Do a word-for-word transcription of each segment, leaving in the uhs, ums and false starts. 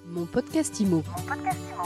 Mon podcast Imo. Mon podcast Imo.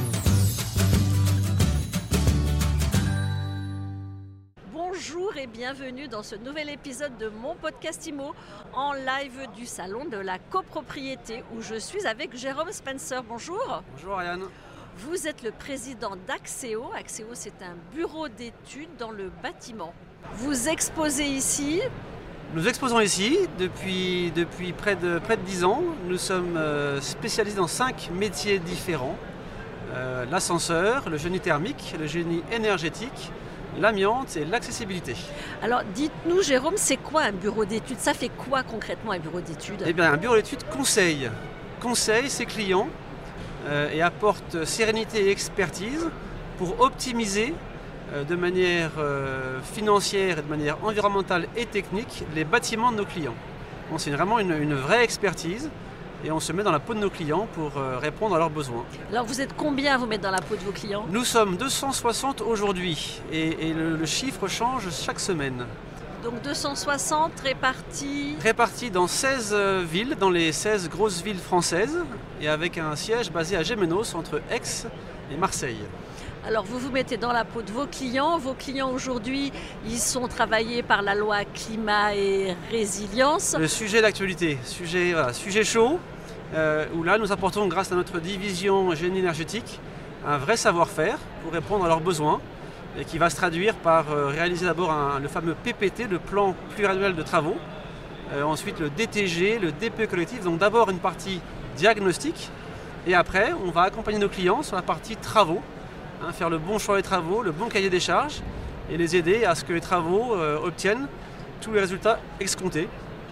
Bonjour et bienvenue dans ce nouvel épisode de mon podcast Imo en live du salon de la copropriété où je suis avec Jérôme Spencer. Bonjour. Bonjour Ariane. Vous êtes le président d'Axéo. Axéo, c'est un bureau d'études dans le bâtiment. Vous exposez ici. Nous exposons ici depuis, depuis près de, près de dix ans. Nous sommes euh, spécialisés dans cinq métiers différents. Euh, l'ascenseur, le génie thermique, le génie énergétique, l'amiante et l'accessibilité. Alors dites-nous Jérôme, c'est quoi un bureau d'études? Ça fait quoi concrètement un bureau d'études? Eh bien un bureau d'études conseille, conseille ses clients euh, et apporte sérénité et expertise pour optimiser euh, de manière euh, financière et de manière environnementale et technique les bâtiments de nos clients. Bon, c'est vraiment une, une vraie expertise. Et on se met dans la peau de nos clients pour euh, répondre à leurs besoins. Alors vous êtes combien à vous mettre dans la peau de vos clients? Nous sommes deux cent soixante aujourd'hui et, et le, le chiffre change chaque semaine. Donc deux cent soixante répartis... Répartis dans seize euh, villes, dans les seize grosses villes françaises et avec un siège basé à Gémenos entre Aix et Marseille. Alors vous vous mettez dans la peau de vos clients. Vos clients aujourd'hui, ils sont travaillés par la loi climat et résilience. Le sujet d'actualité, sujet, voilà, sujet chaud. Euh, où là nous apportons grâce à notre division génie énergétique un vrai savoir-faire pour répondre à leurs besoins et qui va se traduire par euh, réaliser d'abord un, le fameux P P T, le plan pluriannuel de travaux, euh, ensuite le D T G, le D P E collectif, donc d'abord une partie diagnostic et après on va accompagner nos clients sur la partie travaux, hein, faire le bon choix des travaux, le bon cahier des charges et les aider à ce que les travaux euh, obtiennent tous les résultats escomptés.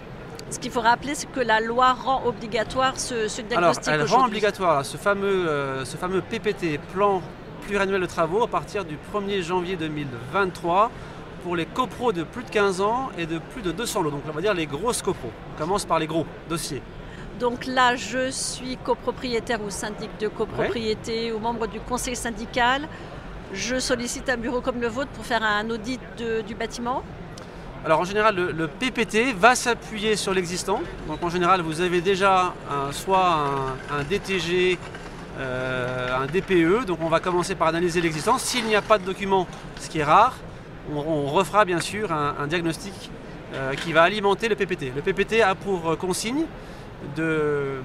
Ce qu'il faut rappeler, c'est que la loi rend obligatoire ce, ce diagnostic. Alors, elle rend obligatoire ce fameux, euh, ce fameux P P T, plan pluriannuel de travaux, à partir du premier janvier deux mille vingt-trois pour les copros de plus de quinze ans et de plus de deux cents lots. Donc, on va dire les grosses copros. On commence par les gros dossiers. Donc là, je suis copropriétaire ou syndic de copropriété ouais. ou membre du conseil syndical. Je sollicite un bureau comme le vôtre pour faire un audit de, du bâtiment. Alors en général, le, le P P T va s'appuyer sur l'existant. Donc en général, vous avez déjà un, soit un, un D T G, euh, un D P E. Donc on va commencer par analyser l'existant. S'il n'y a pas de document, ce qui est rare, on, on refera bien sûr un, un diagnostic euh, qui va alimenter le P P T. Le P P T a pour consigne de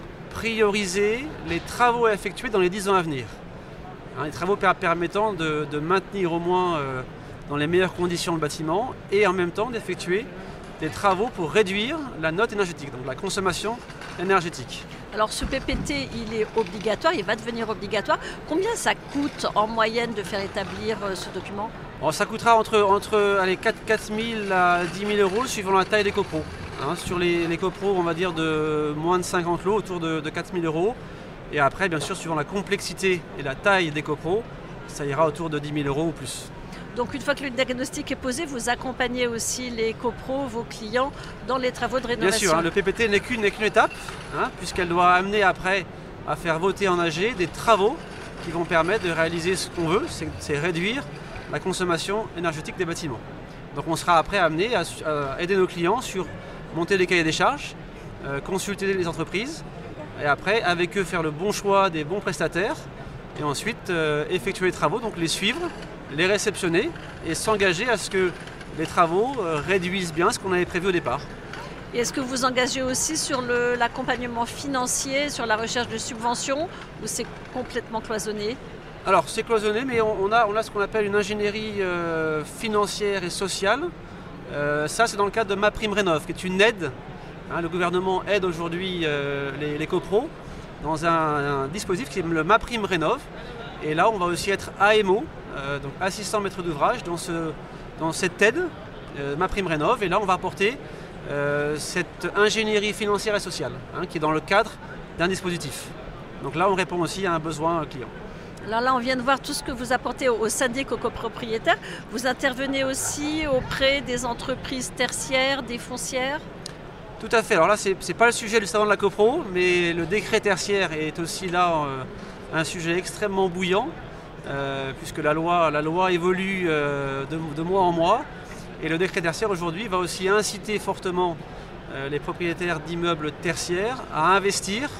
prioriser les travaux à effectuer dans les dix ans à venir. Hein, les travaux per- permettant de, de maintenir au moins... Euh, dans les meilleures conditions le bâtiment et en même temps d'effectuer des travaux pour réduire la note énergétique, donc la consommation énergétique. Alors ce P P T, il est obligatoire, il va devenir obligatoire. Combien ça coûte en moyenne de faire établir ce document? Alors, ça coûtera entre, entre allez, quatre mille à dix mille euros suivant la taille des copros. Hein, sur les, les copros, on va dire de moins de cinquante lots, autour de, de quatre mille euros. Et après, bien sûr, suivant la complexité et la taille des copros, ça ira autour de dix mille euros ou plus. Donc une fois que le diagnostic est posé, vous accompagnez aussi les copros, vos clients, dans les travaux de rénovation. Bien sûr, hein, le P P T n'est qu'une, n'est qu'une étape, hein, puisqu'elle doit amener après à faire voter en A G des travaux qui vont permettre de réaliser ce qu'on veut, c'est, c'est réduire la consommation énergétique des bâtiments. Donc on sera après amené à, à aider nos clients sur monter les cahiers des charges, euh, consulter les entreprises, et après avec eux faire le bon choix des bons prestataires, et ensuite euh, effectuer les travaux, donc les suivre, les réceptionner et s'engager à ce que les travaux réduisent bien ce qu'on avait prévu au départ. Et est-ce que vous vous engagez aussi sur le, l'accompagnement financier, sur la recherche de subventions, ou c'est complètement cloisonné? Alors c'est cloisonné, mais on, on, a, on a ce qu'on appelle une ingénierie euh, financière et sociale. Euh, ça c'est dans le cadre de MaPrimeRénov', qui est une aide. Hein, le gouvernement aide aujourd'hui euh, les, les copros dans un, un dispositif qui est le MaPrimeRénov'. Et là on va aussi être A M O, Euh, donc assistant maître d'ouvrage dans, ce, dans cette aide, euh, MaPrimeRénov', et là on va apporter euh, cette ingénierie financière et sociale hein, qui est dans le cadre d'un dispositif. Donc là on répond aussi à un besoin client. Alors là on vient de voir tout ce que vous apportez aux syndics, aux copropriétaires. Vous intervenez aussi auprès des entreprises tertiaires, des foncières? Tout à fait, alors là c'est, c'est pas le sujet du salon de la copro, mais le décret tertiaire est aussi là euh, un sujet extrêmement bouillant. Euh, puisque la loi, la loi évolue euh, de, de mois en mois et le décret tertiaire aujourd'hui va aussi inciter fortement euh, les propriétaires d'immeubles tertiaires à investir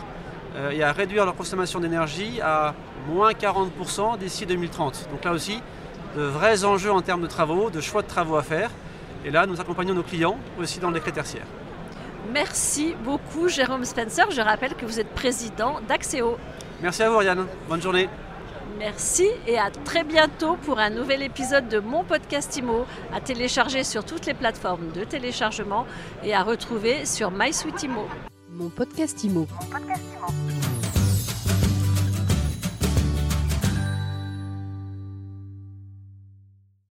euh, et à réduire leur consommation d'énergie à moins quarante pour cent d'ici deux mille trente. Donc là aussi, de vrais enjeux en termes de travaux, de choix de travaux à faire. Et là, nous accompagnons nos clients aussi dans le décret tertiaire. Merci beaucoup Jérôme Spencer. Je rappelle que vous êtes président d'Axéo. Merci à vous Ariane. Bonne journée. Merci et à très bientôt pour un nouvel épisode de mon podcast Imo à télécharger sur toutes les plateformes de téléchargement et à retrouver sur MySuite Imo. Mon podcast Imo. Mon podcast Imo.